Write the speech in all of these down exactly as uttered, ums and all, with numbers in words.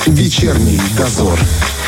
Вечерний дозор.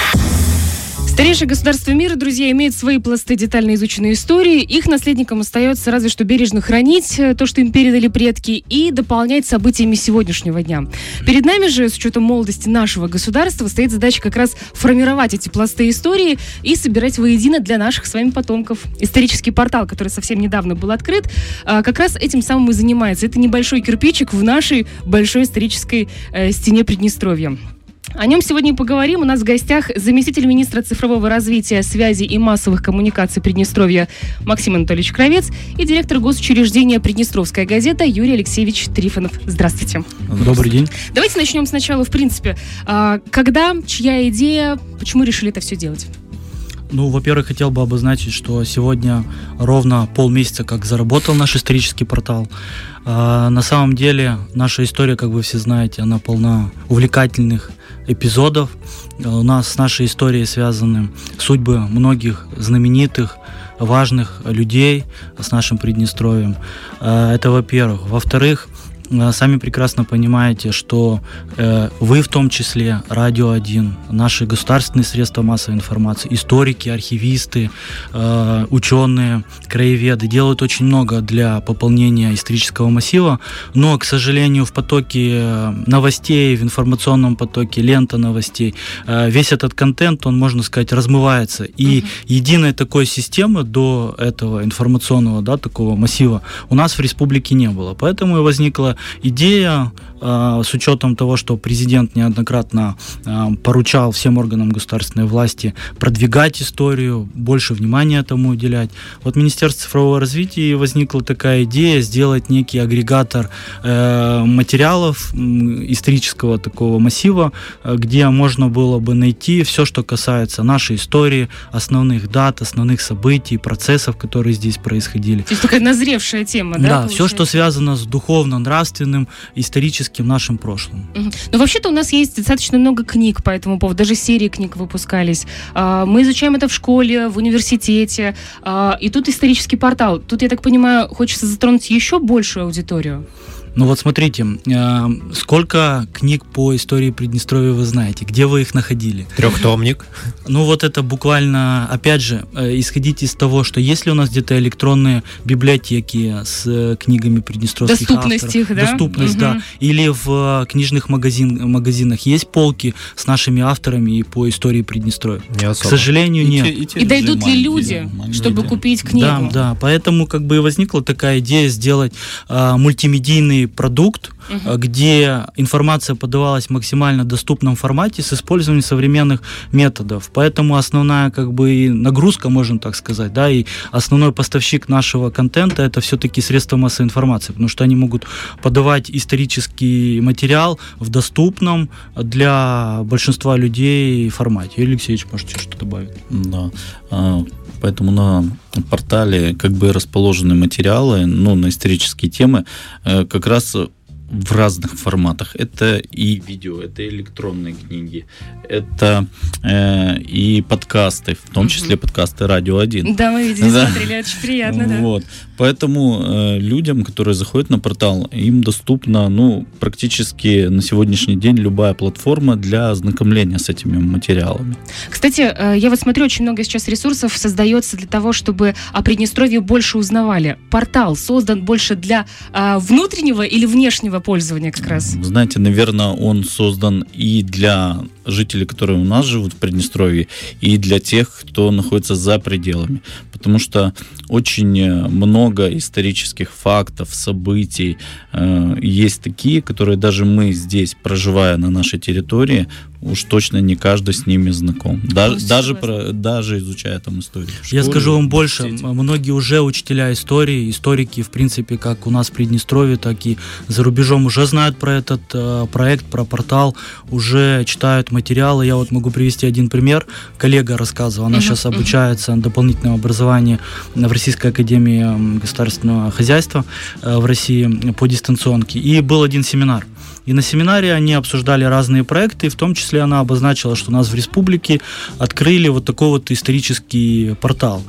Старейшие государства мира, друзья, имеют свои пласты детально изученной истории. Их наследникам остается разве что бережно хранить то, что им передали предки, и дополнять событиями сегодняшнего дня. Перед нами же, с учетом молодости нашего государства, стоит задача как раз формировать эти пласты истории и собирать воедино для наших с вами потомков. Исторический портал, который совсем недавно был открыт, как раз этим самым и занимается. Это небольшой кирпичик в нашей большой исторической стене Приднестровья. О нем сегодня и поговорим. У нас в гостях заместитель министра цифрового развития, связи и массовых коммуникаций Приднестровья Максим Анатольевич Кравец и директор госучреждения «Приднестровская газета» Юрий Алексеевич Трифонов. Здравствуйте. Добрый день. Давайте начнем сначала, в принципе. Когда, чья идея, почему решили это все делать? Ну, во-первых, хотел бы обозначить, что сегодня ровно полмесяца, как заработал наш исторический портал. А, на самом деле, наша история, как вы все знаете, она полна увлекательных эпизодов. У нас с нашей историей связаны судьбы многих знаменитых, важных людей с нашим Приднестровьем. А, это во-первых. Во-вторых, сами прекрасно понимаете, что э, вы в том числе, Радио один, наши государственные средства массовой информации, историки, архивисты, э, ученые, краеведы делают очень много для пополнения исторического массива, но, к сожалению, в потоке новостей, в информационном потоке, лента новостей, э, весь этот контент, он, можно сказать, размывается. И uh-huh. единой такой системы до этого информационного, да, такого массива у нас в республике не было. Поэтому и возникла идея, э, с учетом того, что президент неоднократно э, поручал всем органам государственной власти продвигать историю, больше внимания этому уделять. Вот в Министерстве цифрового развития возникла такая идея сделать некий агрегатор э, материалов, э, исторического такого массива, э, где можно было бы найти все, что касается нашей истории, основных дат, основных событий, процессов, которые здесь происходили. То есть такая назревшая тема, да? Да, получается? все, что связано с духовно-нравственным, историческим нашим прошлым. Угу. Но вообще-то у нас есть достаточно много книг по этому поводу, даже серии книг выпускались. Мы изучаем это в школе, в университете, и тут исторический портал. Тут, я так понимаю, хочется затронуть еще большую аудиторию. Ну вот смотрите, э, сколько книг по истории Приднестровья вы знаете? Где вы их находили? Трехтомник. Ну вот это буквально, опять же, э, исходить из того, что если у нас где-то электронные библиотеки с э, книгами приднестровских доступность авторов, их, да? доступность, угу. да, или в э, книжных магазин, магазинах есть полки с нашими авторами и по истории Приднестровья? Не К сожалению, нет. И, те, и, и дойдут ли люди, чтобы купить книгу? Да, да, поэтому как бы и возникла такая идея сделать э, мультимедийный продукт, uh-huh. где информация подавалась в максимально доступном формате с использованием современных методов. Поэтому основная как бы и нагрузка, можно так сказать, да, и основной поставщик нашего контента — это все-таки средства массовой информации, потому что они могут подавать исторический материал в доступном для большинства людей формате. Юрий Алексеевич, можете что-то добавить? Да. Поэтому на портале как бы расположены материалы, ну, на исторические темы, как раз в разных форматах. Это и видео, это электронные книги, это э, и подкасты, в том числе угу. подкасты Радио один. Да, мы видели, да. смотрели, очень приятно, да. Вот. Поэтому э, людям, которые заходят на портал, им доступна, ну, практически на сегодняшний день любая платформа для ознакомления с этими материалами. Кстати, э, я вот смотрю, очень много сейчас ресурсов создается для того, чтобы о Приднестровье больше узнавали. Портал создан больше для э, внутреннего или внешнего пользования как раз? Знаете, наверное, он создан и для жителей, которые у нас живут в Приднестровье, и для тех, кто находится за пределами. Потому что очень много исторических фактов, событий э, есть такие, которые даже мы здесь, проживая на нашей территории, уж точно не каждый с ними знаком. Даже, даже, про, даже изучая там историю. Я скажу вам больше. Многие уже учителя истории, историки, в принципе, как у нас в Приднестровье, так и за рубежом уже знают про этот э, проект, про портал, уже читают материалы. Я вот могу привести один пример. Коллега рассказывала, она uh-huh, сейчас uh-huh. обучается на дополнительном образовании в Российской академии государственного хозяйства э, в России по дистанционке. И был один семинар. И на семинаре они обсуждали разные проекты, в том числе она обозначила, что у нас в республике открыли вот такой вот исторический портал.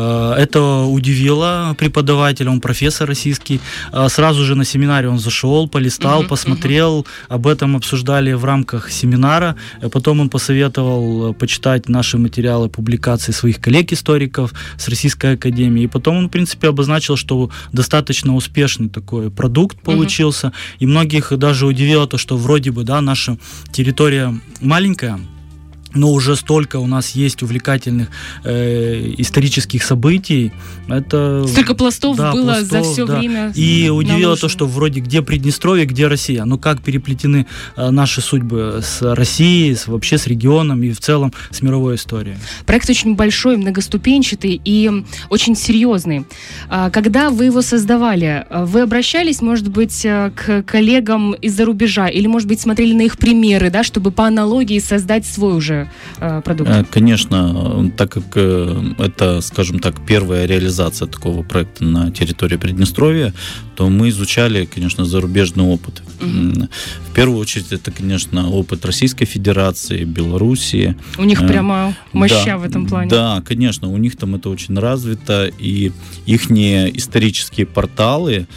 Это удивило преподавателя, он профессор российский. Сразу же на семинаре он зашел, полистал, uh-huh, посмотрел, uh-huh. об этом обсуждали в рамках семинара. Потом он посоветовал почитать наши материалы, публикации своих коллег-историков с Российской академии. И потом он, в принципе, обозначил, что достаточно успешный такой продукт получился. Uh-huh. И многих даже удивило то, что вроде бы, да, наша территория маленькая, но уже столько у нас есть увлекательных э, исторических событий. Это, столько пластов да, было пластов, за все да. время. И удивило наложено. То, что вроде где Приднестровье, где Россия. Ну как переплетены э, наши судьбы с Россией, с, вообще с регионом и в целом с мировой историей. Проект очень большой, многоступенчатый и очень серьезный. Когда вы его создавали, вы обращались, может быть, к коллегам из-за рубежа или, может быть, смотрели на их примеры, да, чтобы по аналогии создать свой уже продукт? Конечно, так как это, скажем так, первая реализация такого проекта на территории Приднестровья, то мы изучали, конечно, зарубежный опыт. Mm-hmm. В первую очередь, это, конечно, опыт Российской Федерации, Белоруссии. У них прямо моща да, в этом плане. Да, конечно, у них там это очень развито, и ихние исторические порталы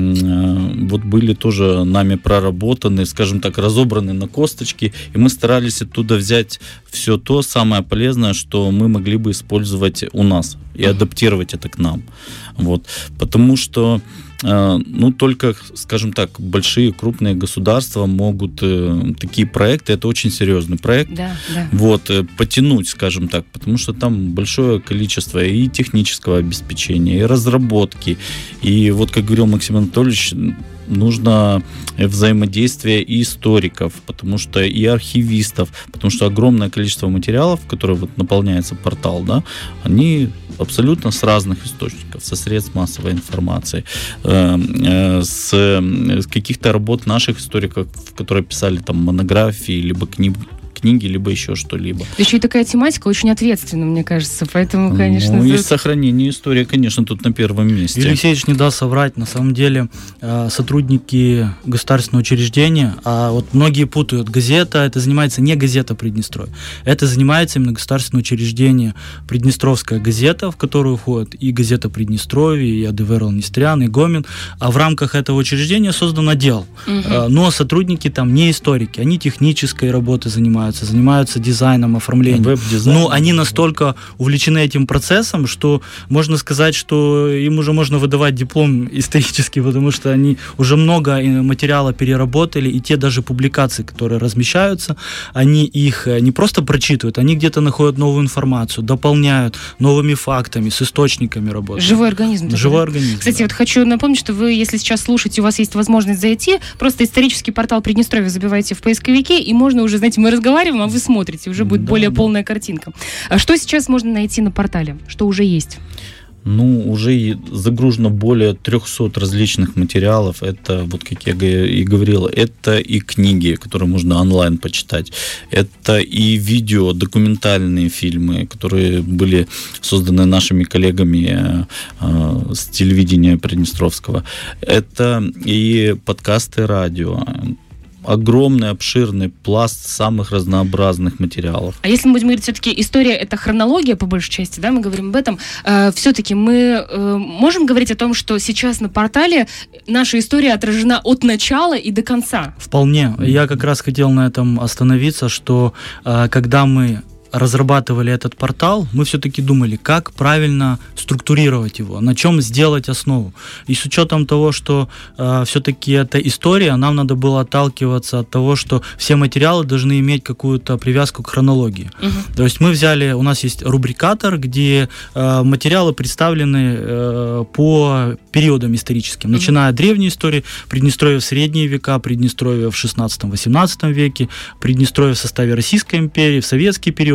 вот были тоже нами проработаны, скажем так, разобраны на косточки, и мы старались оттуда взять все то самое полезное, что мы могли бы использовать у нас и адаптировать это к нам. Вот. Потому что ну, только, скажем так, большие, крупные государства могут э, такие проекты, это очень серьезный проект, да, да. Вот, э, потянуть, скажем так, потому что там большое количество и технического обеспечения, и разработки, и вот, как говорил Максим Анатольевич, нужно взаимодействие и историков, потому что и архивистов, потому что огромное количество материалов, которые вот наполняется портал, да, они абсолютно с разных источников, со средств массовой информации, э, э, с, с каких-то работ наших историков, которые писали там монографии, либо книги, книги, либо еще что-либо. Еще и такая тематика очень ответственна, мне кажется, поэтому, конечно... Ну, и сохранение истории, конечно, тут на первом месте. Юрий Алексеевич не даст соврать, на самом деле сотрудники государственного учреждения, а вот многие путают, газета, это занимается не газета Приднестровья, это занимается именно государственное учреждение Приднестровская газета, в которую входит и газета Приднестровья, и АДВР Нестрян, и Гомин, а в рамках этого учреждения создан отдел. Угу. Но сотрудники там не историки, они технической работой занимаются, занимаются дизайном, оформлением. Веб-дизайном. Но они настолько увлечены этим процессом, что можно сказать, что им уже можно выдавать диплом исторический, потому что они уже много материала переработали, и те даже публикации, которые размещаются, они их не просто прочитывают, они где-то находят новую информацию, дополняют новыми фактами, с источниками работают. Живой организм. Живой да? организм. Кстати, да. вот хочу напомнить, что вы, если сейчас слушаете, у вас есть возможность зайти, просто исторический портал Приднестровья забивайте в поисковике, и можно уже, знаете, мы разговариваем, а вы смотрите, уже будет да, более да. полная картинка. А что сейчас можно найти на портале? Что уже есть? Ну, уже загружено более трехсот различных материалов. Это, вот как я и говорил, это и книги, которые можно онлайн почитать. Это и видео, документальные фильмы, которые были созданы нашими коллегами э, с телевидения Приднестровского. Это и подкасты радио. Огромный, обширный пласт самых разнообразных материалов. А если мы будем говорить, все-таки история — это хронология, по большей части, да, мы говорим об этом, э, все-таки мы э, можем говорить о том, что сейчас на портале наша история отражена от начала и до конца? Вполне. Я как раз хотел на этом остановиться, что э, когда мы разрабатывали этот портал, мы все-таки думали, как правильно структурировать его, на чем сделать основу. И с учетом того, что э, все-таки это история, нам надо было отталкиваться от того, что все материалы должны иметь какую-то привязку к хронологии. Uh-huh. То есть мы взяли, у нас есть рубрикатор, где э, материалы представлены э, по периодам историческим, uh-huh. начиная от древней истории, Приднестровье в средние века, Приднестровье в шестнадцатом-восемнадцатом веке, Приднестровье в составе Российской империи, в советский период,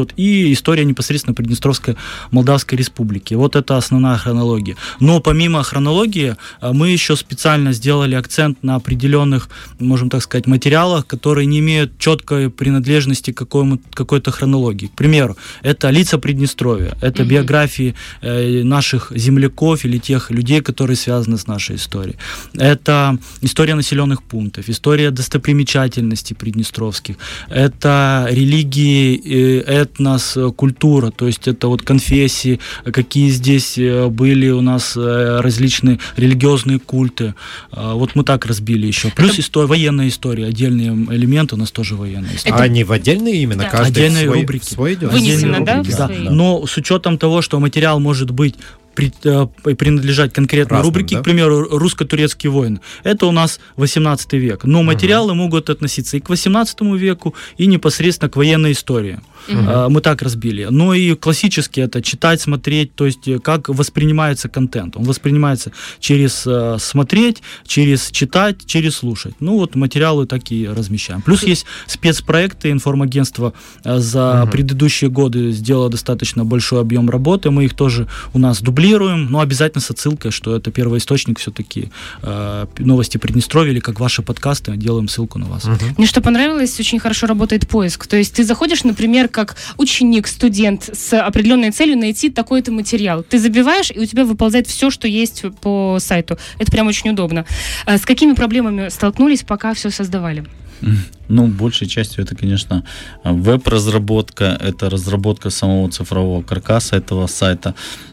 вот, и история непосредственно Приднестровской Молдавской Республики. Вот это основная хронология. Но помимо хронологии, мы еще специально сделали акцент на определенных, можем так сказать, материалах, которые не имеют четкой принадлежности к какому, какой-то хронологии. К примеру, это лица Приднестровья, это mm-hmm. биографии э, наших земляков или тех людей, которые связаны с нашей историей. Это история населенных пунктов, история достопримечательностей приднестровских, это религии, этнос, культура, то есть это вот конфессии, какие здесь были у нас различные религиозные культы. Вот мы так разбили еще. Плюс это... история, военная история, отдельные элементы у нас тоже военная история. Это... А они в отдельные именно? Да. Каждый отдельные свой, рубрики. Свой идет? Вынесено, да? Да. Да. Но с учетом того, что материал может быть принадлежать конкретной Разным, рубрике, да? к примеру, русско-турецкие войны. Это у нас восемнадцатый век. Но материалы угу. могут относиться и к восемнадцатому веку, и непосредственно к военной истории. Угу. Мы так разбили. Но и классически это читать, смотреть, то есть как воспринимается контент. Он воспринимается через смотреть, через читать, через слушать. Ну вот материалы так и размещаем. Плюс есть спецпроекты, информагентство за угу. предыдущие годы сделало достаточно большой объем работы. Мы их тоже у нас дублируем. Но обязательно с отсылкой, что это первоисточник все-таки э, новости Приднестровья, или как ваши подкасты, делаем ссылку на вас. Угу. Мне что понравилось, очень хорошо работает поиск. То есть ты заходишь, например, как ученик, студент с определенной целью найти такой-то материал. Ты забиваешь, и у тебя выползает все, что есть по сайту. Это прям очень удобно. А с какими проблемами столкнулись, пока все создавали? Ну, большей частью это, конечно, веб-разработка, это разработка самого цифрового каркаса этого сайта.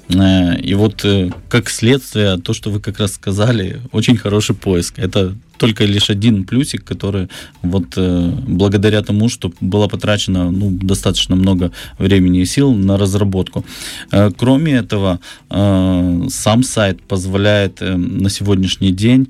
И вот как следствие, то, что вы как раз сказали, очень хороший поиск. Это только лишь один плюсик, который вот благодаря тому, что было потрачено ну, достаточно много времени и сил на разработку. Кроме этого, сам сайт позволяет на сегодняшний день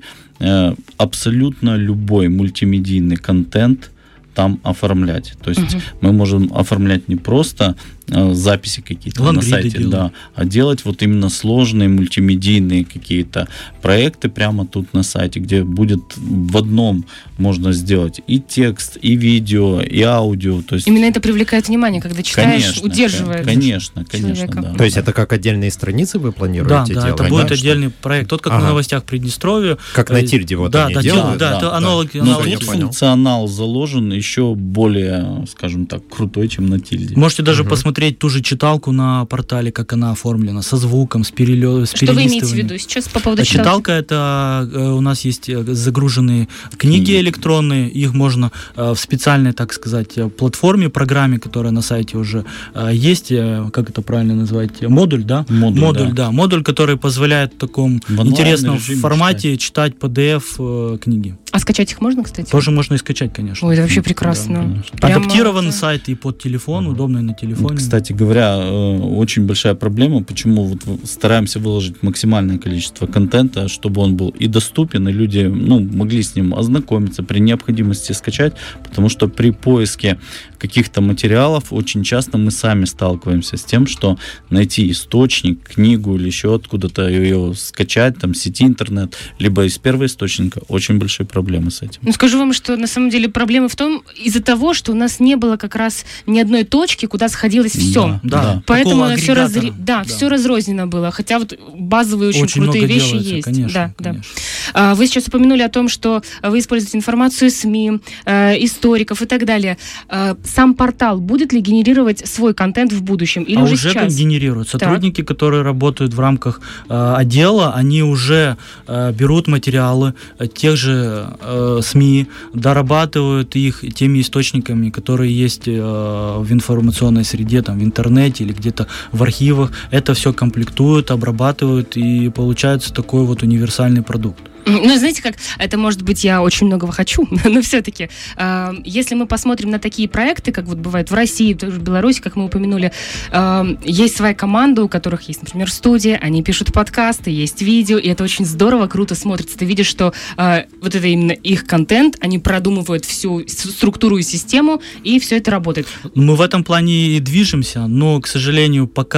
абсолютно любой мультимедийный контент там оформлять. То есть uh-huh. мы можем оформлять не просто э, записи какие-то Лангриды на сайте, да, а делать вот именно сложные мультимедийные какие-то проекты прямо тут на сайте, где будет в одном можно сделать и текст, и видео, и аудио. То есть... Именно это привлекает внимание, когда читаешь, конечно, удерживает Конечно, конечно, да. То есть это как отдельные страницы вы планируете да, да, делать? Это будет да, отдельный что? проект. Тот, как ага. на новостях Приднестровья. Как на Тильде вот да, они да, делают? Да, да, это да. аналог. Но аналог тут функционал заложен еще более, скажем так, крутой, чем на Тильде. Можете даже угу. посмотреть ту же читалку на портале, как она оформлена, со звуком, с, перелё... с Что вы имеете в виду сейчас по поводу читалки? Читалка, это э, у нас есть загруженные книги mm. электронные, их можно э, в специальной, так сказать, платформе, программе, которая на сайте уже э, есть, э, как это правильно назвать, модуль, да? Модуль, модуль да. да. Модуль, который позволяет в таком в интересном формате читать, читать пи ди эф э, книги. А скачать их можно, кстати? Тоже можно и скачать, конечно. Ой, это вообще прекрасно. Да, адаптирован сайт и под телефон, mm-hmm. удобно и на телефоне. Кстати говоря, очень большая проблема, почему вот стараемся выложить максимальное количество контента, чтобы он был и доступен, и люди ну, могли с ним ознакомиться, при необходимости скачать, потому что при поиске каких-то материалов очень часто мы сами сталкиваемся с тем, что найти источник, книгу или еще откуда-то ее скачать, там, в сети интернет, либо из первоисточника, очень большие проблемы с этим. Ну, скажу вам, что на самом деле проблема в том, из-за того, что у нас не было как раз ни одной точки, куда сходилось все. Да, да. Поэтому все, разри... да, да. все разрознено было, хотя вот базовые очень, очень крутые вещи делается, есть. Конечно, да, конечно. Да. Вы сейчас упомянули о том, что вы используете информацию СМИ, историков и так далее. Сам портал будет ли генерировать свой контент в будущем? Или а уже, уже сейчас? генерируют. Сотрудники, так. которые работают в рамках э, отдела, они уже э, берут материалы э, тех же э, СМИ, дорабатывают их теми источниками, которые есть э, в информационной среде, там, в интернете или где-то в архивах. Это все комплектуют, обрабатывают, и получается такой вот универсальный продукт. Ну, знаете как, это, может быть, я очень многого хочу, но все-таки, э, если мы посмотрим на такие проекты, как вот бывает в России, в Беларуси, как мы упомянули, э, есть своя команда, у которых есть, например, студия, они пишут подкасты, есть видео, и это очень здорово, круто смотрится. Ты видишь, что э, вот это именно их контент, они продумывают всю структуру и систему, и все это работает. Мы в этом плане и движемся, но, к сожалению, пока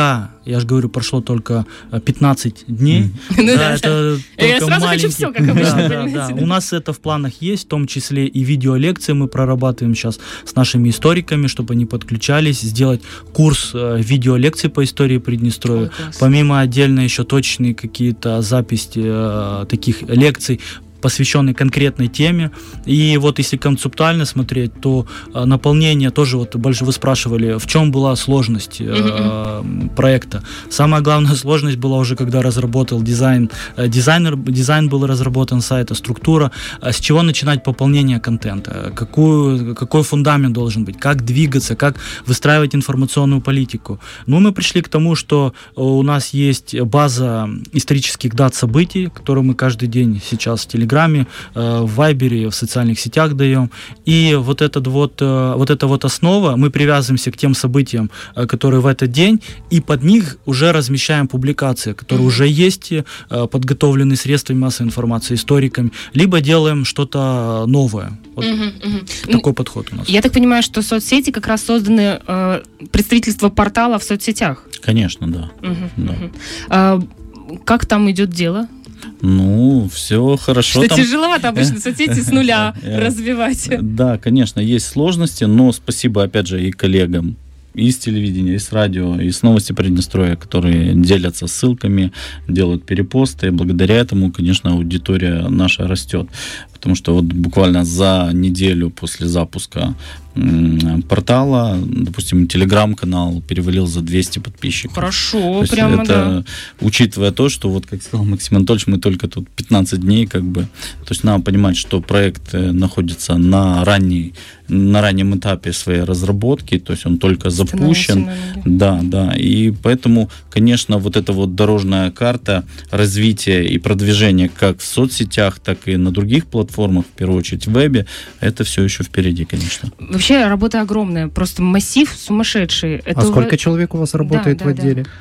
Я же говорю, прошло только пятнадцать дней. Я сразу хочу все, как обычно. У нас это в планах есть, в том числе и видеолекции мы прорабатываем сейчас с нашими историками, чтобы они подключались, сделать курс видеолекций по истории Приднестровья. Помимо отдельно еще точные какие-то записи таких лекций, посвященный конкретной теме. И вот если концептуально смотреть, то э, наполнение тоже, вот больше вы спрашивали, в чем была сложность э, mm-hmm. проекта. Самая главная сложность была уже, когда разработал дизайн, э, дизайнер, дизайн был разработан сайта, структура, э, с чего начинать пополнение контента, какую, какой фундамент должен быть, как двигаться, как выстраивать информационную политику. Ну, мы пришли к тому, что у нас есть база исторических дат событий, которые мы каждый день сейчас в Телеграме, в Вайбере, в социальных сетях даем. И вот, этот вот, вот эта вот основа, мы привязываемся к тем событиям, которые в этот день, и под них уже размещаем публикации, которые mm-hmm. уже есть, подготовлены средствами массовой информации, историками, либо делаем что-то новое. Вот mm-hmm. Mm-hmm. такой подход у нас. Я так понимаю, что соцсети как раз созданы, э, представительство портала в соцсетях? Конечно, да. Mm-hmm. да. Mm-hmm. А, как там идет дело? Ну, все хорошо. Что там... тяжеловато обычно соцсети с нуля развивать. Да, конечно, есть сложности, но спасибо, опять же, и коллегам и с телевидения, и с радио, и с новости Приднестровья, которые делятся ссылками, делают перепосты. И благодаря этому, конечно, аудитория наша растет. Потому что вот буквально за неделю после запуска портала, допустим, телеграм-канал перевалил за двести подписчиков. Хорошо, прямо, это, да. Учитывая то, что, вот как сказал Максим Анатольевич, мы только тут пятнадцать дней, как бы, то есть надо понимать, что проект находится на, ранней, на раннем этапе своей разработки, то есть он только запущен. Да, да, и поэтому, конечно, вот эта вот дорожная карта развития и продвижения как в соцсетях, так и на других платформах, в первую очередь в вебе, это все еще впереди, конечно. Вообще работа огромная, просто массив сумасшедший. Это а сколько вы... человек у вас работает да, да, в отделе? Да.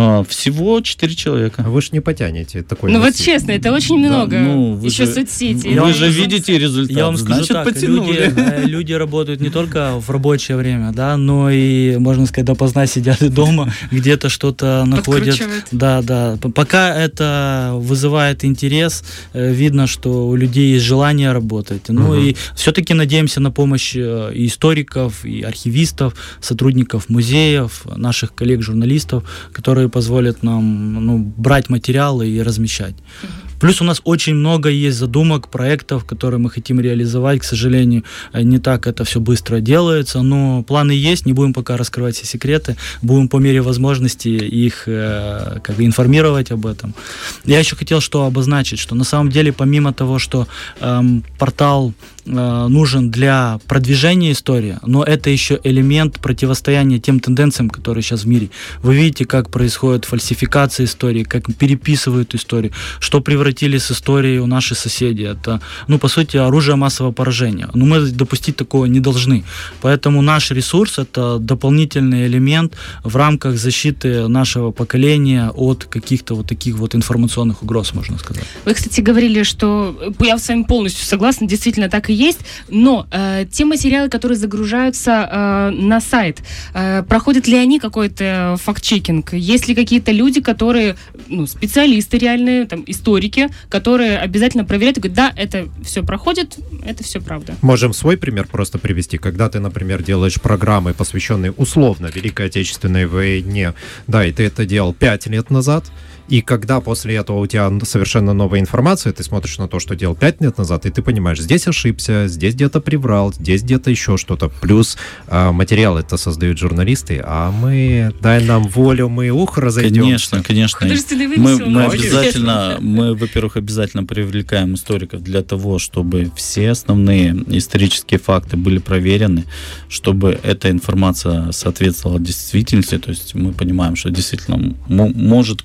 Всего четыре человека. Вы же не потянете такой. Ну вот честно, это очень много. Да, ну, еще же, соцсети. Вы же видите результат. Я вам скажу Значит, так, люди, люди работают не только в рабочее время, да, но и, можно сказать, допоздна сидят дома, где-то что-то находят. Да, да. Пока это вызывает интерес, видно, что у людей есть желание работать. Ну угу. и все-таки надеемся на помощь и историков, и архивистов, сотрудников музеев, наших коллег-журналистов, которые позволят нам ну, брать материалы и размещать. Uh-huh. Плюс у нас очень много есть задумок, проектов, которые мы хотим реализовать. К сожалению, не так это все быстро делается, но планы есть, не будем пока раскрывать все секреты, будем по мере возможности их э, как бы информировать об этом. Я еще хотел что обозначить, что на самом деле помимо того, что э, портал э, нужен для продвижения истории, но это еще элемент противостояния тем тенденциям, которые сейчас в мире. Вы видите, как происходит фальсификация истории, как переписывают историю, что превратили с историей у наши соседи. Это, ну, по сути, оружие массового поражения. Но мы допустить такого не должны. Поэтому наш ресурс — это дополнительный элемент в рамках защиты нашего поколения от каких-то вот таких вот информационных угроз, можно сказать. Вы, кстати, говорили, что я с вами полностью согласна, действительно так и есть, но э, те материалы, которые загружаются э, на сайт, э, проходят ли они какой-то факт-чекинг? Есть ли какие-то люди, которые, ну, специалисты реальные, там, историки, которые обязательно проверяют и говорят, да, это все проходит, это все правда. Можем свой пример просто привести. Когда ты, например, делаешь программы, посвященные условно Великой Отечественной войне, да, и ты это делал пять лет назад, и когда после этого у тебя совершенно новая информация, ты смотришь на то, что делал пять лет назад, и ты понимаешь, здесь ошибся, здесь где-то приврал, здесь где-то еще что-то. Плюс э, материалы это создают журналисты, а мы, дай нам волю, мы ух, разойдемся. Конечно, конечно. Мы, мы обязательно, мы, во-первых, обязательно привлекаем историков для того, чтобы все основные исторические факты были проверены, чтобы эта информация соответствовала действительности. То есть мы понимаем, что действительно м- может кто-то что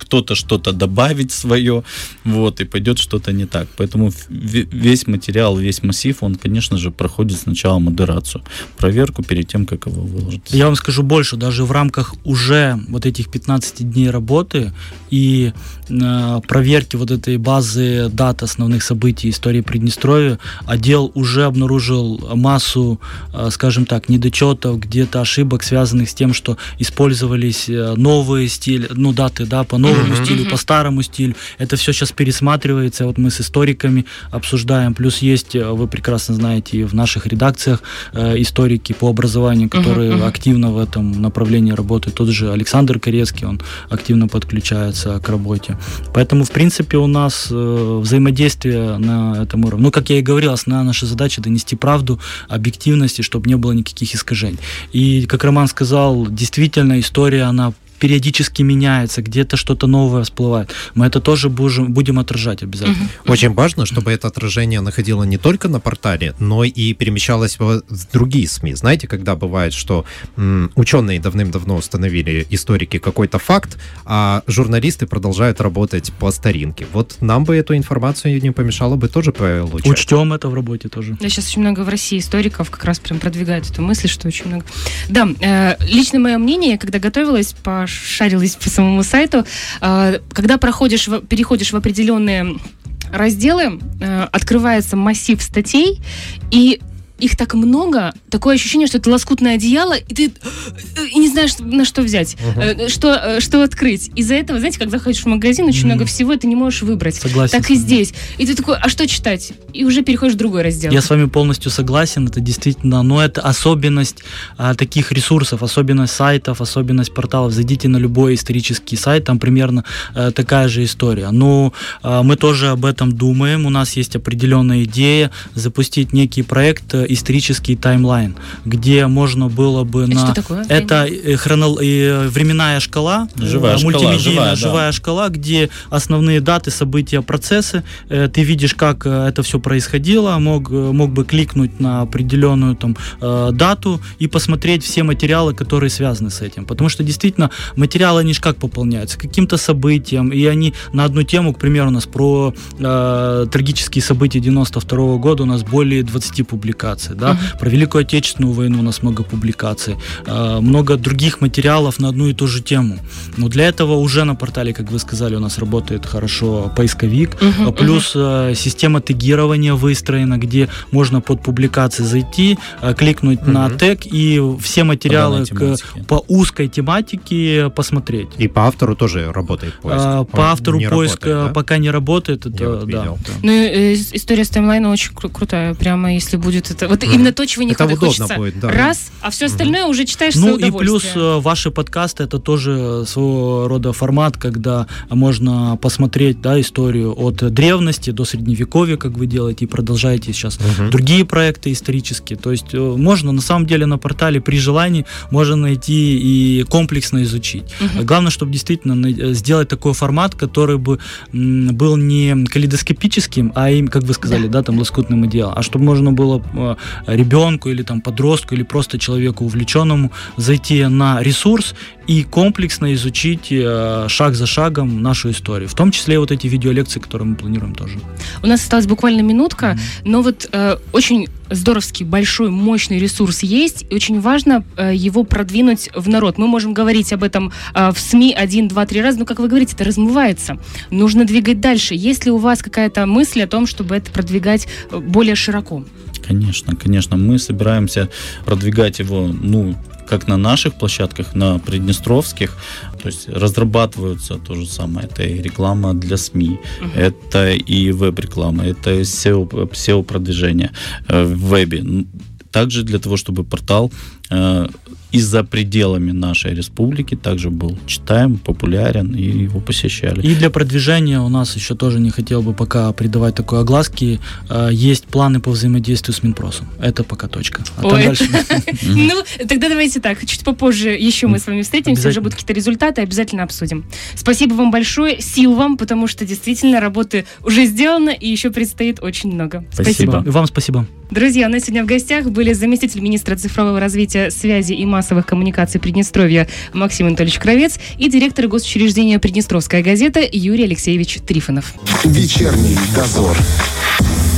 кто-то добавить свое, вот, и пойдет что-то не так. Поэтому весь материал, весь массив, он, конечно же, проходит сначала модерацию, проверку перед тем, как его выложить. Я вам скажу больше, даже в рамках уже вот этих пятнадцати дней работы и э, проверки вот этой базы дат основных событий истории Приднестровья, отдел уже обнаружил массу, э, скажем так, недочетов, где-то ошибок, связанных с тем, что использовались новые стили, ну, даты, да, по новому mm-hmm. стилю, по старому стилю. Это все сейчас пересматривается. Вот мы с историками обсуждаем. Плюс есть, вы прекрасно знаете, и в наших редакциях э, историки по образованию, которые uh-huh, uh-huh. активно в этом направлении работают. Тот же Александр Корецкий, он активно подключается к работе. Поэтому, в принципе, у нас э, взаимодействие на этом уровне. Ну, как я и говорил, основная наша задача — донести правду, объективности, чтобы не было никаких искажений. И, как Роман сказал, действительно, история, она периодически меняется, где-то что-то новое всплывает. Мы это тоже будем, будем отражать обязательно. Uh-huh. Очень важно, чтобы это отражение находило не только на портале, но и перемещалось в другие СМИ. Знаете, когда бывает, что м, ученые давным-давно установили, историки, какой-то факт, а журналисты продолжают работать по старинке. Вот нам бы эту информацию не помешало бы тоже получать. Учтем это в работе тоже. Да, сейчас очень много в России историков как раз прям продвигают эту мысль, что очень много... Да, э, лично мое мнение, когда готовилась по шарилась по самому сайту. Когда проходишь, переходишь в определенные разделы, открывается массив статей, и их так много, такое ощущение, что это лоскутное одеяло, и ты и не знаешь, на что взять, uh-huh. что, что открыть. Из-за этого, знаете, как заходишь в магазин, очень mm-hmm. много всего, и ты не можешь выбрать. Согласен. Так и здесь. И ты такой, а что читать? И уже переходишь в другой раздел. Я с вами полностью согласен, это действительно, но это особенность а, таких ресурсов, особенность сайтов, особенность порталов. Зайдите на любой исторический сайт, там примерно а, такая же история. Но а, мы тоже об этом думаем, у нас есть определенная идея запустить некий проект исторический таймлайн, где можно было бы это на... Что такое? Это хронол... временная шкала, живая мультимедийная шкала, живая, живая да. шкала, где основные даты, события, процессы, ты видишь, как это все происходило, мог, мог бы кликнуть на определенную там дату и посмотреть все материалы, которые связаны с этим. Потому что действительно материалы, они же как пополняются? Каким-то событием, и они на одну тему, к примеру, у нас про э, трагические события девяносто второго года у нас более двадцати публикаций. Да? Uh-huh. Про Великую Отечественную войну у нас много публикаций, э, много других материалов на одну и ту же тему. Но для этого уже на портале, как вы сказали, у нас работает хорошо поисковик, uh-huh, плюс uh-huh. э, система тегирования выстроена, где можно под публикации зайти, э, кликнуть uh-huh. на тег и все материалы к, по узкой тематике посмотреть. И по автору тоже работает поиск? А, по автору поиск работает, да? Пока не работает. Это, вот да, да. Ну, э, история с таймлайном очень кру- крутая, прямо если будет это. Вот mm. именно то, чего не это хватает. Хочется будет, да. раз, а все остальное mm. уже читаешь ну, свое удовольствие. Ну и плюс ваши подкасты — это тоже своего рода формат, когда можно посмотреть, да, историю от древности до средневековья, как вы делаете, и продолжаете сейчас mm-hmm. другие проекты исторические. То есть можно, на самом деле, на портале при желании можно найти и комплексно изучить. Mm-hmm. Главное, чтобы действительно сделать такой формат, который бы м, был не калейдоскопическим, а им, как вы сказали, да, да там лоскутным одеялом, а чтобы можно было ребенку или там подростку или просто человеку увлеченному зайти на ресурс и комплексно изучить э, шаг за шагом нашу историю. В том числе и вот эти видеолекции, которые мы планируем тоже. У нас осталась буквально минутка, mm-hmm. но вот э, очень здоровский, большой, мощный ресурс есть, и очень важно э, его продвинуть в народ. Мы можем говорить об этом э, в СМИ один, два, три раза, но, как вы говорите, это размывается. Нужно двигать дальше. Есть ли у вас какая-то мысль о том, чтобы это продвигать более широко? Конечно, конечно. Мы собираемся продвигать его, ну, как на наших площадках, на приднестровских, то есть разрабатываются то же самое. Это и реклама для СМИ, uh-huh. это и веб-реклама, это сео, сео-продвижение э, в вебе. Также для того, чтобы портал э, и за пределами нашей республики также был читаем, популярен, и его посещали. И для продвижения у нас еще тоже не хотел бы пока придавать такой огласки. Есть планы по взаимодействию с Минпросом. Это пока точка. А там дальше... Ну, тогда давайте так, чуть попозже еще мы с вами встретимся, уже будут какие-то результаты, обязательно обсудим. Спасибо вам большое, сил вам, потому что действительно работы уже сделано, и еще предстоит очень много. Спасибо. Вам спасибо. Друзья, у нас сегодня в гостях были заместитель министра цифрового развития, связи и массовой массовых коммуникаций Приднестровья Максим Анатольевич Кравец и директор госучреждения «Приднестровская газета» Юрий Алексеевич Трифонов. Вечерний дозор.